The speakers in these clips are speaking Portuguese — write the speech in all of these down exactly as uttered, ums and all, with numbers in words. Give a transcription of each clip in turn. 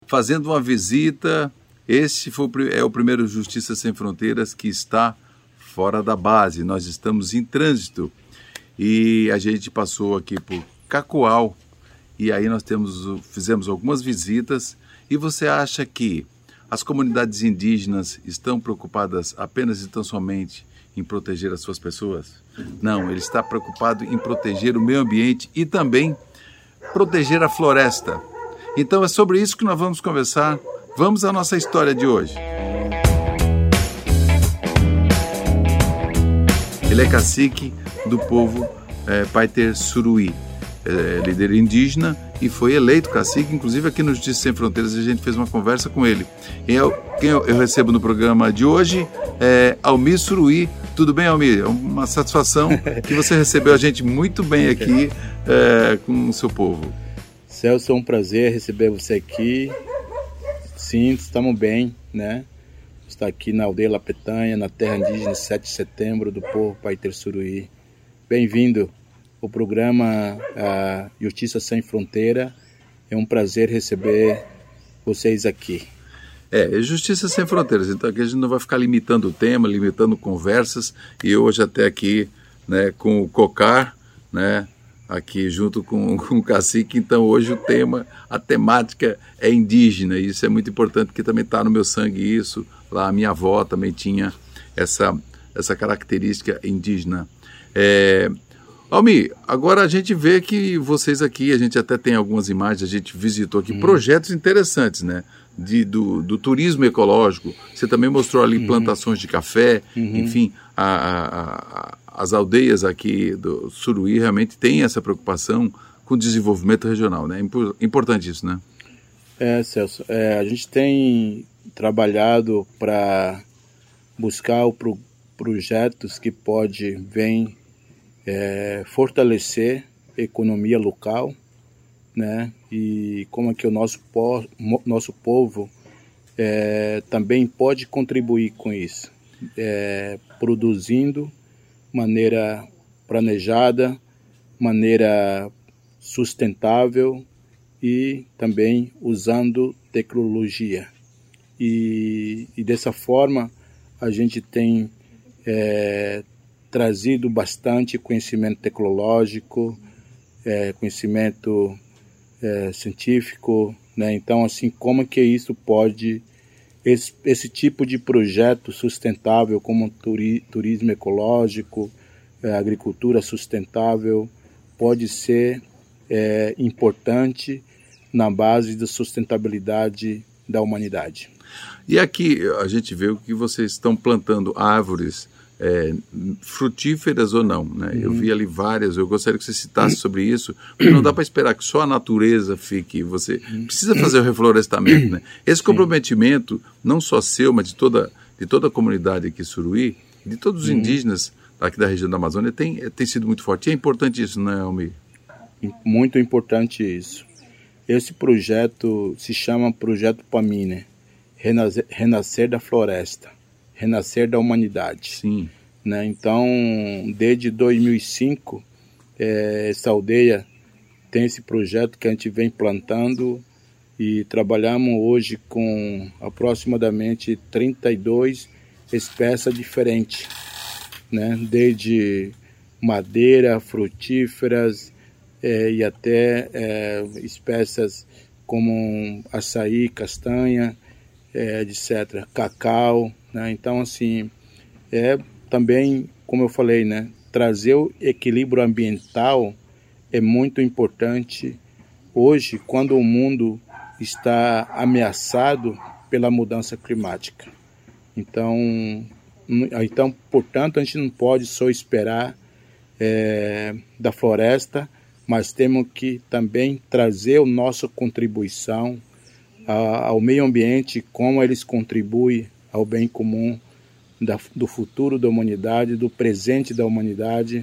fazendo uma visita. Este foi, é o primeiro Justiça Sem Fronteiras que está fora da base. Nós estamos em trânsito e a gente passou aqui por Cacoal e aí nós temos, fizemos algumas visitas. E você acha que as comunidades indígenas estão preocupadas apenas e tão somente em proteger as suas pessoas? Não, ele está preocupado em proteger o meio ambiente e também proteger a floresta. Então é sobre isso que nós vamos conversar. Vamos à nossa história de hoje. Ele é cacique do povo é, Paiter Suruí, é, líder indígena, e foi eleito cacique, inclusive aqui no Justiça Sem Fronteiras a gente fez uma conversa com ele. E eu, quem eu, eu recebo no programa de hoje é Almir Suruí. Tudo bem, Almir? É uma satisfação que você recebeu a gente muito bem aqui é, com o seu povo. Celso, é um prazer receber você aqui. Sim, estamos bem, né? Está aqui na aldeia La Petanha, na terra indígena sete de setembro do povo Paiter Suruí. Bem-vindo ao programa uh, Justiça Sem Fronteira. É um prazer receber vocês aqui. É, é Justiça Sem Fronteiras, então aqui a gente não vai ficar limitando o tema, limitando conversas, e hoje até aqui, né, com o Cocar, né, aqui junto com, com o cacique, então hoje o tema, a temática é indígena, e isso é muito importante, porque também está no meu sangue isso, lá a minha avó também tinha essa, essa característica indígena. É, Almir, agora a gente vê que vocês aqui, a gente até tem algumas imagens, a gente visitou aqui, uhum. projetos interessantes, né? De, do, do turismo ecológico. Você também mostrou ali uhum. plantações de café, uhum. enfim, a, a, a, as aldeias aqui do Suruí realmente têm essa preocupação com o desenvolvimento regional, né? É importante isso, né? É, Celso, é, a gente tem trabalhado para buscar o pro, projetos que pode vir é, fortalecer a economia local, né? E como é que o nosso, po nosso povo é, também pode contribuir com isso, é, produzindo maneira planejada, maneira sustentável e também usando tecnologia. E, e dessa forma a gente tem é, trazido bastante conhecimento tecnológico, é, conhecimento É, científico, né? Então, assim, como que isso pode, esse, esse tipo de projeto sustentável, como turi, turismo ecológico, é, agricultura sustentável, pode ser é, importante na base da sustentabilidade da humanidade. E aqui a gente vê que vocês estão plantando árvores É, frutíferas ou não, né? Uhum. Eu vi ali várias, eu gostaria que você citasse sobre isso, porque não dá para esperar que só a natureza fique, você precisa fazer o reflorestamento, né? Esse comprometimento, não só seu, mas de toda, de toda a comunidade aqui Suruí, de todos os uhum. indígenas aqui da região da Amazônia, tem, tem sido muito forte. E é importante isso, né, Almir? Muito importante isso. Esse projeto se chama Projeto Pamine, Renascer, Renascer da Floresta. Renascer da Humanidade. Sim. Né? Então, desde dois mil e cinco, é, essa aldeia tem esse projeto que a gente vem plantando e trabalhamos hoje com aproximadamente trinta e duas espécies diferentes, né? Desde madeira, frutíferas é, e até é, espécies como açaí, castanha, é, etcétera, cacau. Né? Então, assim, é também, como eu falei, né, trazer o equilíbrio ambiental é muito importante hoje, quando o mundo está ameaçado pela mudança climática. Então, então portanto, a gente não pode só esperar é, da floresta, mas temos que também trazer a nossa contribuição a, ao meio ambiente, como eles contribuem ao bem comum da, do futuro da humanidade, do presente da humanidade.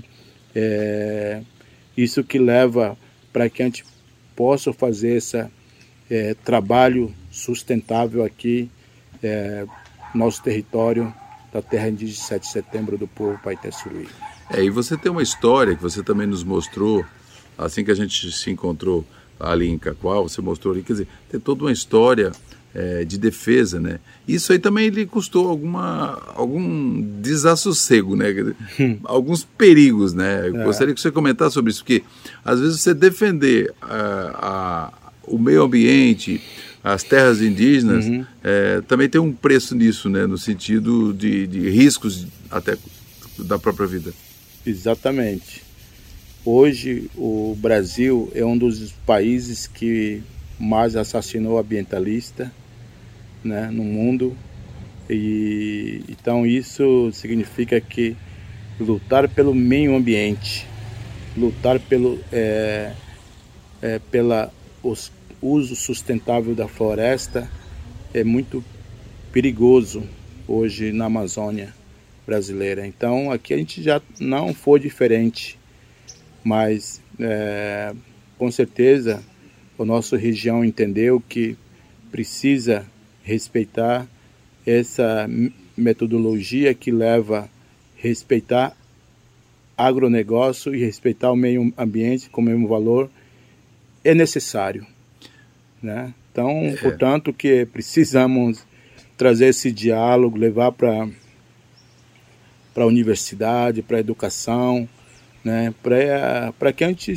É, isso que leva para que a gente possa fazer esse é, trabalho sustentável aqui, é, no nosso território da terra indígena sete de setembro do povo Paiter Suruí. É, e você tem uma história que você também nos mostrou, assim que a gente se encontrou ali em Cacoal, você mostrou ali, quer dizer, tem toda uma história é, de defesa, né? Isso aí também lhe custou alguma, algum desassossego, né? Quer dizer, alguns perigos, né? Eu É. gostaria que você comentasse sobre isso, porque às vezes você defender a, a, o meio ambiente, as terras indígenas, uhum. é, também tem um preço nisso, né? No sentido de, de riscos até da própria vida. Exatamente. Hoje o Brasil é um dos países que mais assassinou ambientalista, né, no mundo. E então isso significa que lutar pelo meio ambiente, lutar pelo é, é, pela os, uso sustentável da floresta é muito perigoso hoje na Amazônia brasileira. Então aqui a gente já não foi diferente, mas é, com certeza a nossa região entendeu que precisa respeitar essa metodologia que leva a respeitar agronegócio e respeitar o meio ambiente com o mesmo valor é necessário, né? Então, é. portanto, que precisamos trazer esse diálogo, levar para para a universidade, para a educação, né? Para para que a gente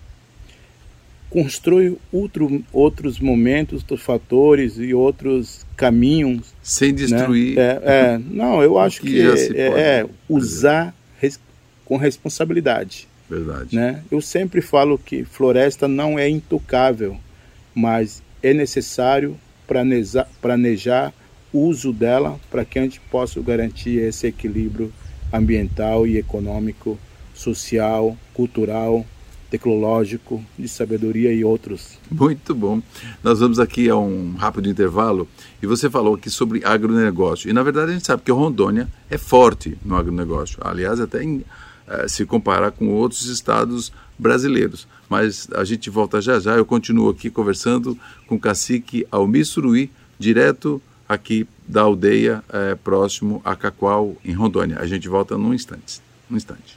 construa outro, outros momentos, outros fatores e outros caminhos. Sem destruir. Né? É, é, não, eu acho que, que é, é usar res, com responsabilidade. Verdade. Né? Eu sempre falo que floresta não é intocável, mas é necessário planejar, planejar o uso dela para que a gente possa garantir esse equilíbrio ambiental e econômico, social, cultural, tecnológico, de sabedoria e outros. Muito bom. Nós vamos aqui a um rápido intervalo e você falou aqui sobre agronegócio. E na verdade a gente sabe que Rondônia é forte no agronegócio. Aliás, até em, eh, se comparar com outros estados brasileiros. Mas a gente volta já já. Eu continuo aqui conversando com o cacique Almir Suruí, direto aqui da aldeia eh, próximo a Cacoal, em Rondônia. A gente volta num instante. Num instante.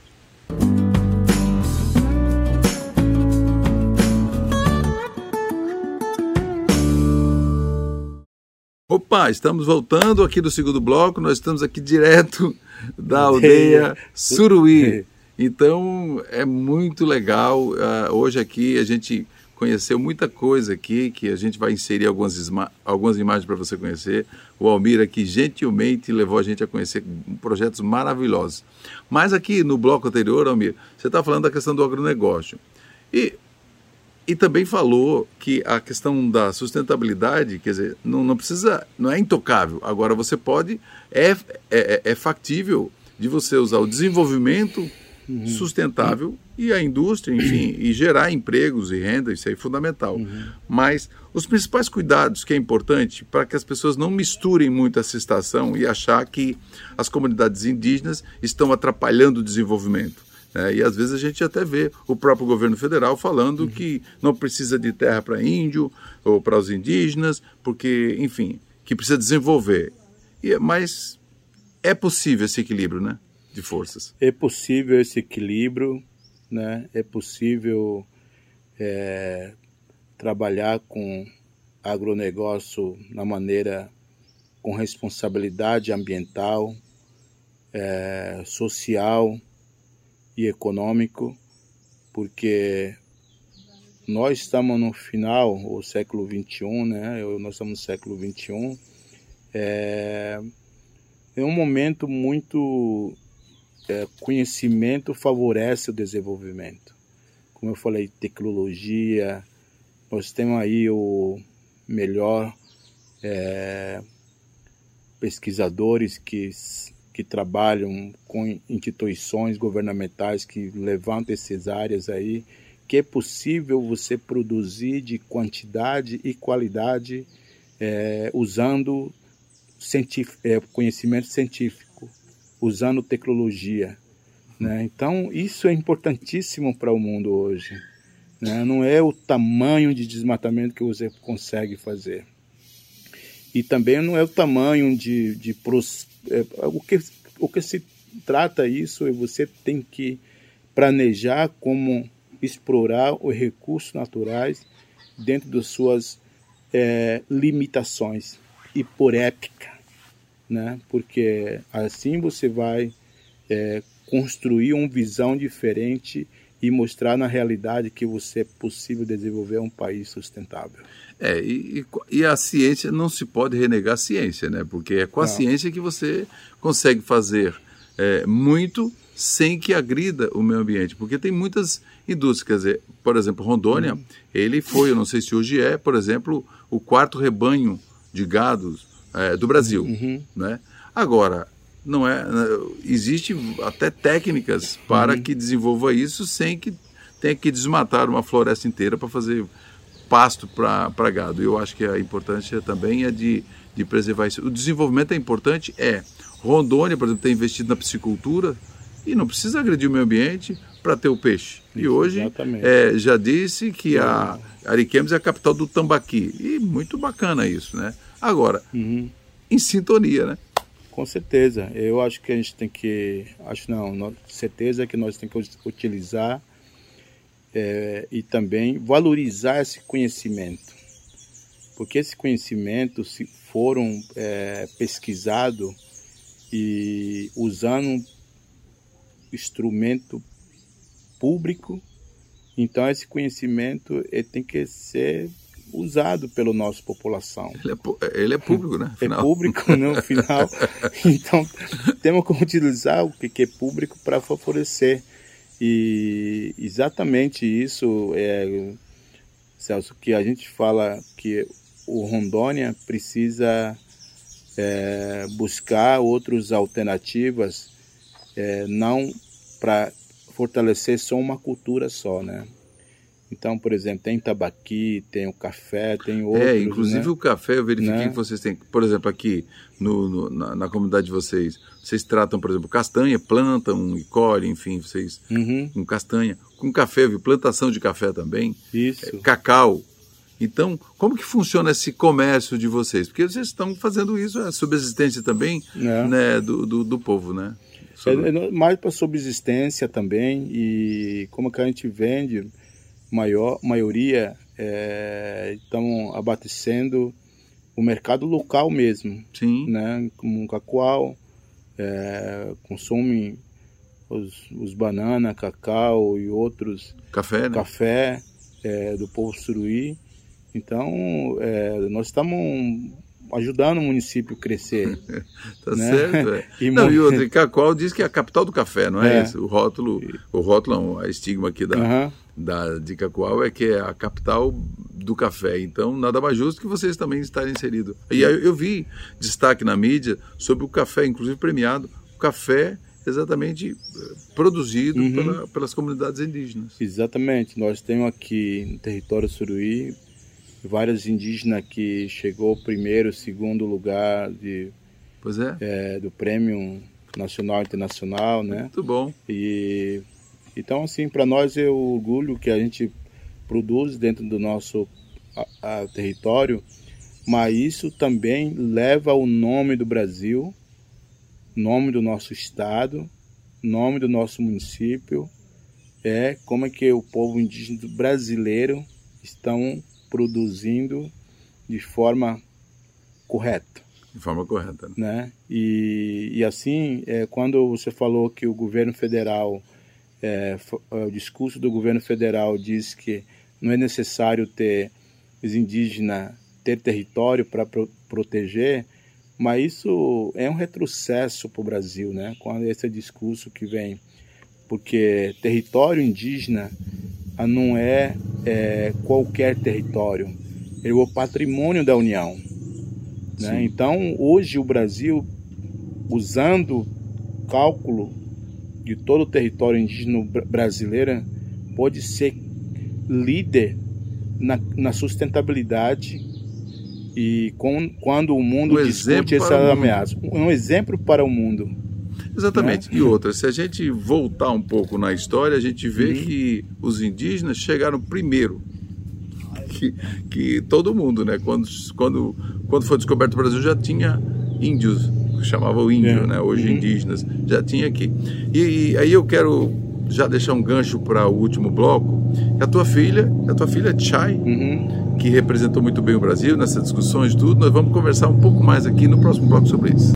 Opa, estamos voltando aqui do segundo bloco, nós estamos aqui direto da aldeia Suruí. Então, é muito legal. Uh, hoje aqui a gente conheceu muita coisa aqui, que a gente vai inserir algumas, isma- algumas imagens para você conhecer. O Almir aqui gentilmente levou a gente a conhecer projetos maravilhosos. Mas aqui no bloco anterior, Almir, você está falando da questão do agronegócio. E... E também falou que a questão da sustentabilidade, quer dizer, não, não precisa, não é intocável. Agora você pode, é, é, é factível de você usar o desenvolvimento uhum. sustentável uhum. e a indústria, enfim, e gerar empregos e renda, isso é fundamental. Uhum. Mas os principais cuidados que é importante para que as pessoas não misturem muito essa estação e achar que as comunidades indígenas estão atrapalhando o desenvolvimento. É, e às vezes a gente até vê o próprio governo federal falando uhum. que não precisa de terra para índio ou para os indígenas, porque, enfim, que precisa desenvolver. E, mas é possível esse equilíbrio, né, de forças? É possível esse equilíbrio, né? É possível é, trabalhar com agronegócio na maneira com responsabilidade ambiental, é, social e econômico, porque nós estamos no final, o século vinte e um, né? Nós estamos no século vinte e um, é, é um momento muito, é, conhecimento favorece o desenvolvimento. Como eu falei, tecnologia, nós temos aí o melhor é, pesquisadores que que trabalham com instituições governamentais que levantam essas áreas aí, que é possível você produzir de quantidade e qualidade é, usando científico, é, conhecimento científico, usando tecnologia. Né? Então, isso é importantíssimo para o mundo hoje. Né? Não é o tamanho de desmatamento que você consegue fazer. E também não é o tamanho de, de pros, é, o, que, o que se trata isso é você tem que planejar como explorar os recursos naturais dentro das suas é, limitações e por ética, né? Porque assim você vai é, construir uma visão diferente e mostrar na realidade que você é possível desenvolver um país sustentável. É, e, e a ciência, não se pode renegar a ciência, né? Porque é com a não. ciência que você consegue fazer é, muito sem que agrida o meio ambiente. Porque tem muitas indústrias, quer dizer, por exemplo, Rondônia, uhum. ele foi, eu não sei se hoje é, por exemplo, o quarto rebanho de gados é, do Brasil, uhum. né? Agora, não é, existe até técnicas para uhum. que desenvolva isso sem que tenha que desmatar uma floresta inteira para fazer pasto para gado. Eu acho que a importância também é de, de preservar isso. O desenvolvimento é importante, é. Rondônia, por exemplo, tem investido na piscicultura e não precisa agredir o meio ambiente para ter o peixe. Isso, e hoje é, já disse que a Ariquemes é a capital do tambaqui. E muito bacana isso, né? Agora, uhum. em sintonia, né? Com certeza. Eu acho que a gente tem que... Acho não, certeza que nós temos que utilizar É, e também valorizar esse conhecimento, porque esse conhecimento, se foram é, pesquisado e usando um instrumento público, então esse conhecimento ele tem que ser usado pela nossa população. Ele é, ele é público, né? Afinal. É público no final. Então temos que utilizar o que é público para favorecer. E exatamente isso, é, Celso, que a gente fala que o Rondônia precisa é, buscar outras alternativas, é, não para fortalecer só uma cultura só, né? Então, por exemplo, tem tambaqui, tem o café, tem outros... É, inclusive, né? O café, eu verifiquei, né? Que vocês têm, por exemplo, aqui no, no, na, na comunidade de vocês, vocês tratam, por exemplo, castanha, plantam e colhem, enfim, vocês uhum. com castanha. Com café, viu? Plantação de café também. Isso. É, cacau. Então, como que funciona esse comércio de vocês? Porque vocês estão fazendo isso, a subsistência também é. né, do, do, do povo, né? Sobre... É, mais para subsistência também, e como que a gente vende... Maior, maioria é, estão abastecendo o mercado local mesmo. Sim. Né? Como o cacau, é, consomem os, os bananas, cacau e outros. Café, né? Café é, do povo suruí. Então, é, nós estamos ajudando o município a crescer. Tá né? certo. É. e, não, e outro, Cacau diz que é a capital do café, não é, é. esse? O rótulo, o rótulo, a estigma aqui da, uhum. da, de Cacoal é que é a capital do café. Então, nada mais justo que vocês também estarem inseridos. E aí eu vi destaque na mídia sobre o café, inclusive premiado, o café exatamente produzido uhum. pela, pelas comunidades indígenas. Exatamente. Nós temos aqui no território suruí vários indígenas que chegou primeiro, segundo lugar de, pois é. É, do prêmio nacional e internacional, né? Muito bom. E então, assim, para nós é o orgulho que a gente produz dentro do nosso a, a, território, mas isso também leva o nome do Brasil, nome do nosso estado, nome do nosso município, é como é que o povo indígena brasileiro estão produzindo de forma correta. De forma correta. Né? E, e assim, é, quando você falou que o governo federal, é, o discurso do governo federal diz que não é necessário ter os indígenas ter território para pro, proteger, mas isso é um retrocesso para o Brasil, né? Quando esse discurso que vem, porque território indígena não é, é qualquer território, é o patrimônio da União. Né? Então, hoje o Brasil, usando cálculo de todo o território indígena brasileiro, pode ser líder na, na sustentabilidade e com, quando o mundo um discute essa ameaça. Um exemplo para o mundo. Exatamente. Né? E outra, se a gente voltar um pouco na história, a gente vê uhum. que os indígenas chegaram primeiro que, que todo mundo, né? Quando, quando, quando foi descoberto o Brasil, já tinha índios, que chamava o índio, é. né? Hoje uhum. indígenas, já tinha aqui. E, e aí eu quero já deixar um gancho para o último bloco. A tua filha, a tua filha Chay, uhum. que representou muito bem o Brasil nessas discussões, tudo. Nós vamos conversar um pouco mais aqui no próximo bloco sobre isso.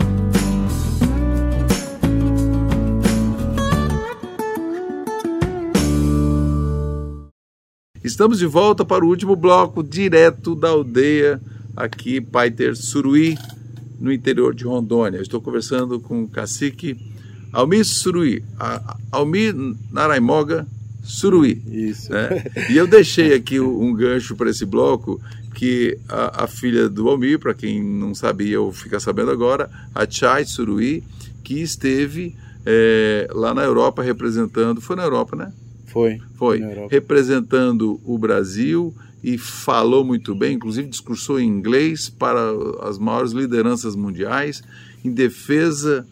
Estamos de volta para o último bloco, direto da aldeia aqui, Paiter Suruí, no interior de Rondônia. Eu estou conversando com o cacique Almir Suruí, Almir Naraimoga Suruí. Isso. Né? E eu deixei aqui um gancho para esse bloco, que a, a filha do Almir, para quem não sabia ou fica sabendo agora, a Chay Suruí, que esteve é, lá na Europa representando, foi na Europa, né? Foi. Foi, representando o Brasil e falou muito bem, inclusive discursou em inglês para as maiores lideranças mundiais em defesa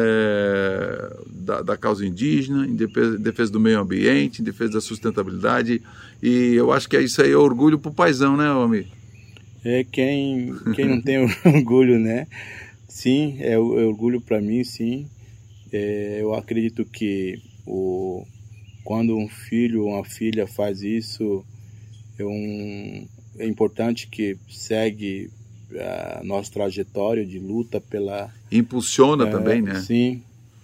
é, da, da causa indígena, em defesa, defesa do meio ambiente, em defesa da sustentabilidade, e eu acho que isso aí é orgulho para o paizão, né, Almir? É quem, quem não tem orgulho, né? Sim, é, é orgulho para mim, sim. É, eu acredito que o quando um filho ou uma filha faz isso, é, um, é importante que segue a nossa trajetória de luta pela... Impulsiona é, também, né? Sim.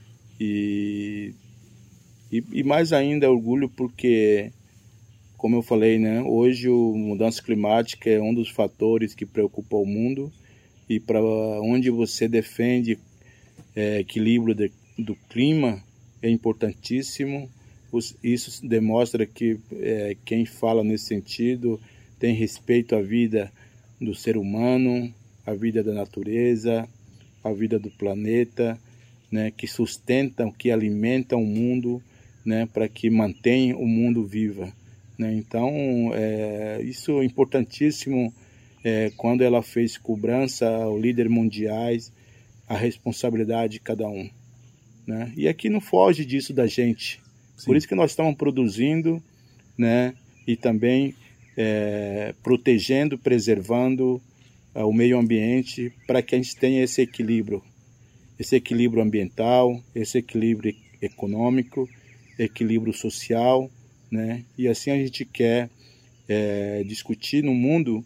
E, e, e mais ainda orgulho porque, como eu falei, né, hoje a mudança climática é um dos fatores que preocupa o mundo, e para onde você defende é, equilíbrio de, do clima é importantíssimo. Isso demonstra que é, quem fala nesse sentido tem respeito à vida do ser humano, à vida da natureza, à vida do planeta, né, que sustentam, que alimentam o mundo, né, para que mantenha o mundo vivo. Né? Então, é, isso é importantíssimo é, quando ela fez cobrança aos líderes mundiais, a responsabilidade de cada um. Né? E aqui não foge disso da gente. Sim. Por isso que nós estamos produzindo, né, e também é, protegendo, preservando uh, o meio ambiente para que a gente tenha esse equilíbrio, esse equilíbrio ambiental, esse equilíbrio econômico, equilíbrio social, né, e assim a gente quer é, discutir no mundo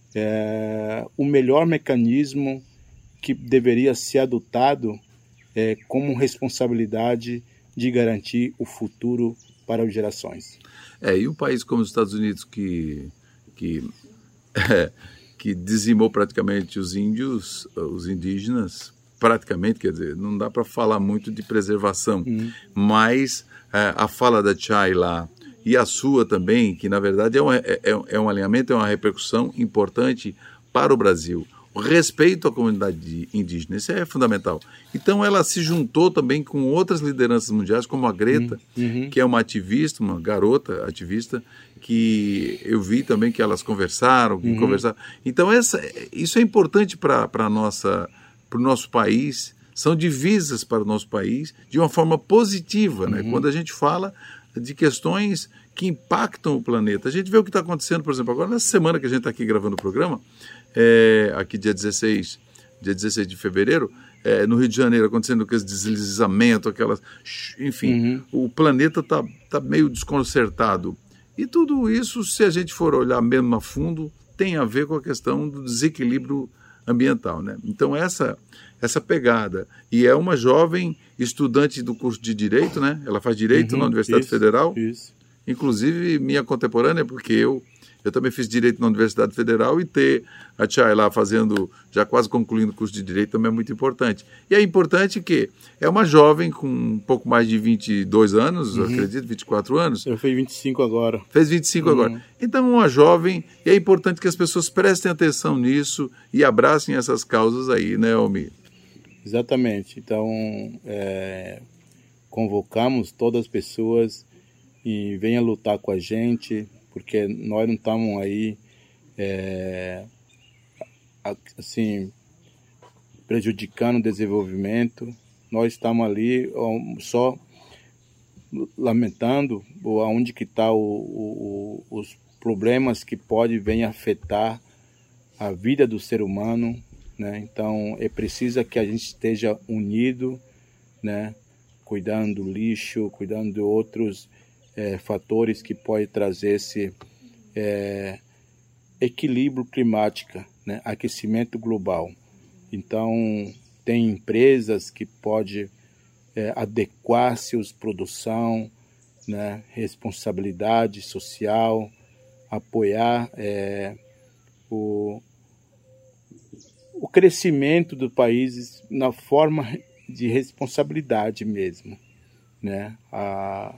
é, o melhor mecanismo que deveria ser adotado é, como responsabilidade de garantir o futuro para as gerações. É, e um país como os Estados Unidos que, que, é, que dizimou praticamente os índios, os indígenas, praticamente, quer dizer, não dá para falar muito de preservação, uhum. mas é, a fala da Chay lá e a sua também, que na verdade é um, é, é um alinhamento, é uma repercussão importante para o Brasil. O respeito à comunidade indígena, isso é fundamental. Então ela se juntou também com outras lideranças mundiais, como a Greta, uhum. que é uma ativista, uma garota ativista, que eu vi também que elas conversaram, uhum. conversaram. Então essa, isso é importante para a nossa, para o nosso país, são divisas para o nosso país de uma forma positiva, uhum. né? Quando a gente fala de questões que impactam o planeta. A gente vê o que está acontecendo, por exemplo, agora nessa semana que a gente está aqui gravando o programa, É, aqui dia dezesseis, dia dezesseis de fevereiro, é, no Rio de Janeiro, acontecendo aquele deslizamento, aquelas, enfim, uhum. o planeta está tá meio desconcertado. E tudo isso, se a gente for olhar mesmo a fundo, tem a ver com a questão do desequilíbrio ambiental, né? Então essa, essa pegada, e é uma jovem estudante do curso de Direito, né? Ela faz Direito uhum, na Universidade isso, Federal, isso. Inclusive minha contemporânea, porque eu Eu também fiz Direito na Universidade Federal, e ter a Chay lá fazendo, já quase concluindo o curso de Direito, também é muito importante. E é importante que é uma jovem com um pouco mais de vinte e dois anos, uhum. acredito, vinte e quatro anos. Eu fiz vinte e cinco agora. Fez vinte e cinco uhum. agora. Então, uma jovem, e é importante que as pessoas prestem atenção nisso e abracem essas causas aí, né, Almir? Exatamente. Então, é, convocamos todas as pessoas e venham lutar com a gente, porque nós não estamos aí, é, assim, prejudicando o desenvolvimento. Nós estamos ali só lamentando aonde que está o, o, os problemas que podem vir afetar a vida do ser humano, né? Então, é preciso que a gente esteja unido, né, cuidando do lixo, cuidando de outros é, fatores que podem trazer esse é, equilíbrio climático, né? Aquecimento global. Então, tem empresas que podem é, adequar suas produção, né? Responsabilidade social, apoiar é, o, o crescimento do país na forma de responsabilidade mesmo, né? A,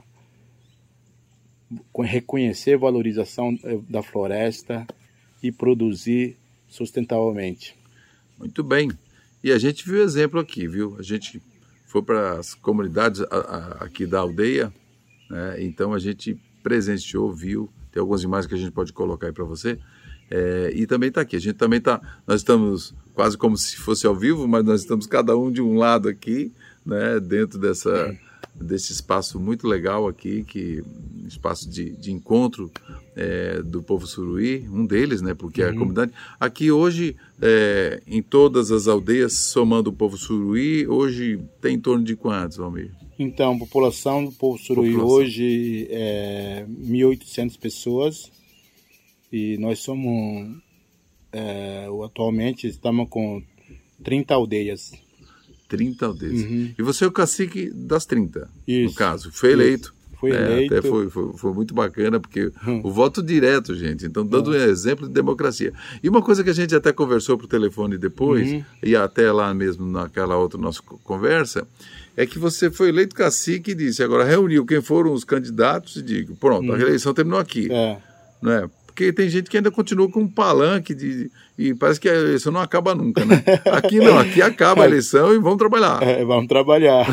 reconhecer a valorização da floresta e produzir sustentavelmente. Muito bem. E a gente viu exemplo aqui, viu? A gente foi para as comunidades a, a, aqui da aldeia, né? Então a gente presenciou, viu, tem algumas imagens que a gente pode colocar aí para você, é, e também está aqui. A gente também está, nós estamos quase como se fosse ao vivo, mas nós estamos cada um de um lado aqui, né? Dentro dessa... desse espaço muito legal aqui, que espaço de, de encontro é, do povo Suruí, um deles, né, porque uhum. é a comunidade. Aqui hoje, é, em todas as aldeias, somando o povo Suruí, hoje tem em torno de quantos, Almir? Então, a população do povo Suruí população. hoje é mil e oitocentas pessoas, e nós somos, é, atualmente, estamos com trinta aldeias. trinta aldeias. Uhum. E você é o cacique das trinta, Isso. no caso. Foi eleito. Isso. Foi eleito. É, até foi, foi, foi muito bacana, porque hum. o voto direto, gente. Então, dando hum. um exemplo de democracia. E uma coisa que a gente até conversou por telefone depois, uhum. e até lá mesmo naquela outra nossa conversa, é que você foi eleito cacique e disse, agora reuniu quem foram os candidatos e digo, pronto, hum. a reeleição terminou aqui. É. Não é? Porque tem gente que ainda continua com um palanque de, e parece que a eleição não acaba nunca, né? Aqui não, aqui acaba a eleição e vamos trabalhar. É, vamos trabalhar.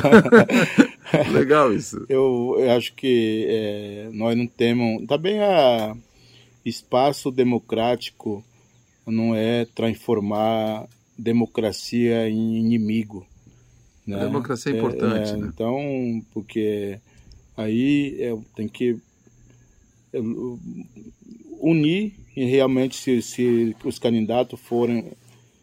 Legal isso. Eu, eu acho que é, nós não temos... Também a espaço democrático não é transformar democracia em inimigo. Né? A democracia é importante. É, é, né? Então, porque aí é, tem que... É, unir e realmente se, se os candidatos forem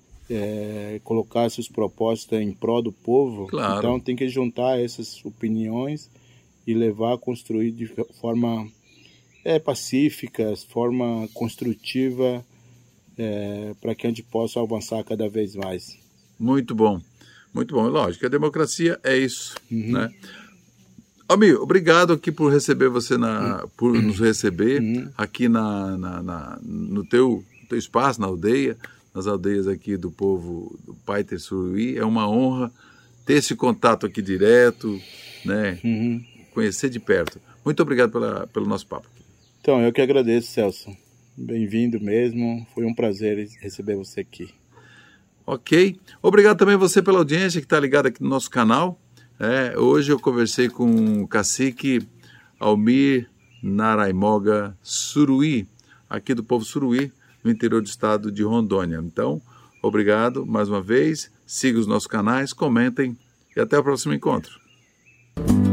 é, colocar suas propostas em prol do povo, claro. Então tem que juntar essas opiniões e levar a construir de forma é, pacífica, forma construtiva, é, para que a gente possa avançar cada vez mais. Muito bom, muito bom. Lógico, a democracia é isso, uhum. né? Almir, obrigado aqui por receber você, na, por nos receber uhum. aqui na, na, na, no teu, teu espaço, na aldeia, nas aldeias aqui do povo do Paiter Suruí. É uma honra ter esse contato aqui direto, né? Uhum. Conhecer de perto. Muito obrigado pela, pelo nosso papo. Então, eu que agradeço, Celso. Bem-vindo mesmo, foi um prazer receber você aqui. Ok, obrigado também você pela audiência que está ligada aqui no nosso canal. É, hoje eu conversei com o cacique Almir Naraimoga Suruí, aqui do povo Suruí, no interior do estado de Rondônia. Então, obrigado mais uma vez, siga os nossos canais, comentem e até o próximo encontro.